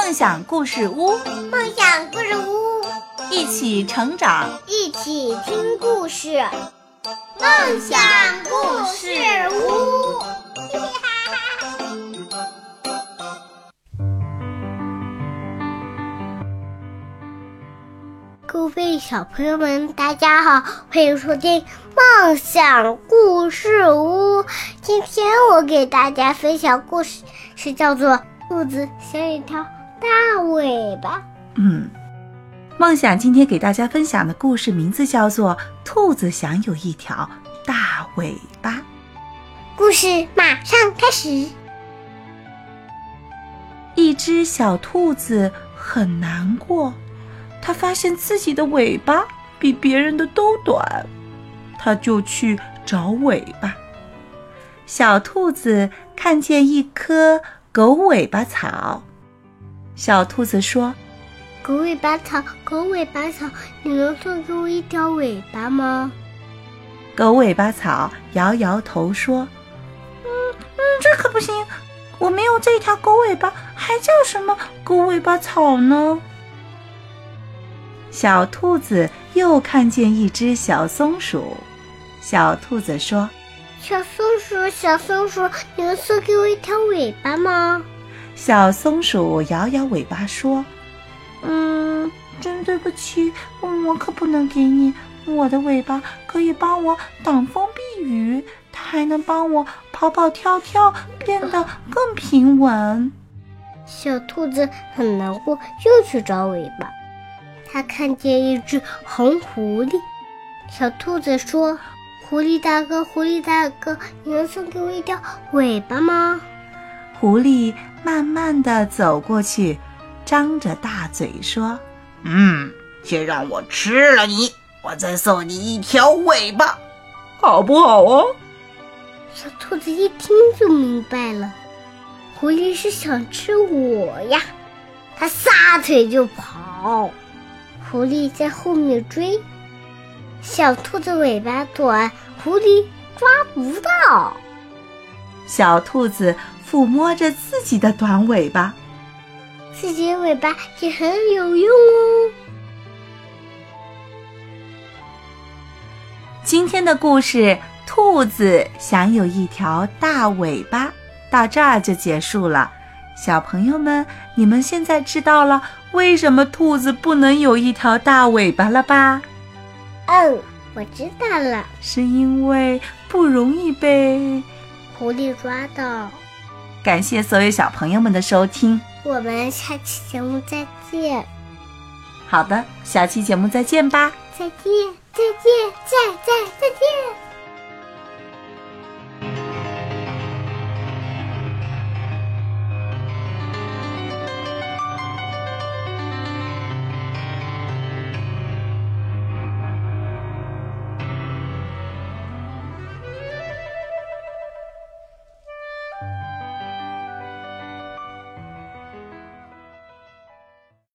梦想故事屋， 梦想故事屋， 一起成长， 一起听故事。梦想故事屋。各位小朋友们，大家好，欢迎收听梦想故事屋。今天我给大家分享故事是叫做兔子想有一条大尾巴。 梦想今天给大家分享的故事名字叫做兔子想有一条大尾巴。 故事马上开始。 一只小兔子很难过，它发现自己的尾巴比别人的都短，它就去找尾巴。小兔子看见一棵狗尾巴草，小兔子说： 狗尾巴草，狗尾巴草，你能送给我一条尾巴吗？ 狗尾巴草摇摇头说：这可不行，我没有这条狗尾巴，还叫什么狗尾巴草呢？小兔子又看见一只小松鼠，小兔子说： 小松鼠，小松鼠，你能送给我一条尾巴吗？ 小松鼠摇摇尾巴说：真对不起，我可不能给你，我的尾巴可以帮我挡风避雨，它还能帮我跑跑跳跳，变得更平稳。 小兔子很难过，又去找尾巴。他看见一只红狐狸，小兔子说：狐狸大哥，狐狸大哥，你能送给我一条尾巴吗？ 狐狸慢慢地走过去，张着大嘴说：先让我吃了你，我再送你一条尾巴，好不好啊？ 小兔子一听就明白了，狐狸是想吃我呀，它撒腿就跑，狐狸在后面追。小兔子尾巴短，狐狸抓不到。 小兔子抚摸着自己的短尾巴， 自己的尾巴也很有用哦。 今天的故事兔子想有一条大尾巴到这儿就结束了。小朋友们，你们现在知道了为什么兔子不能有一条大尾巴了吧？ 我知道了， 是因为不容易被狐狸抓到。 感谢所有小朋友们的收听， 我们下期节目再见。 好的，下期节目再见吧。 再见，再见，再见。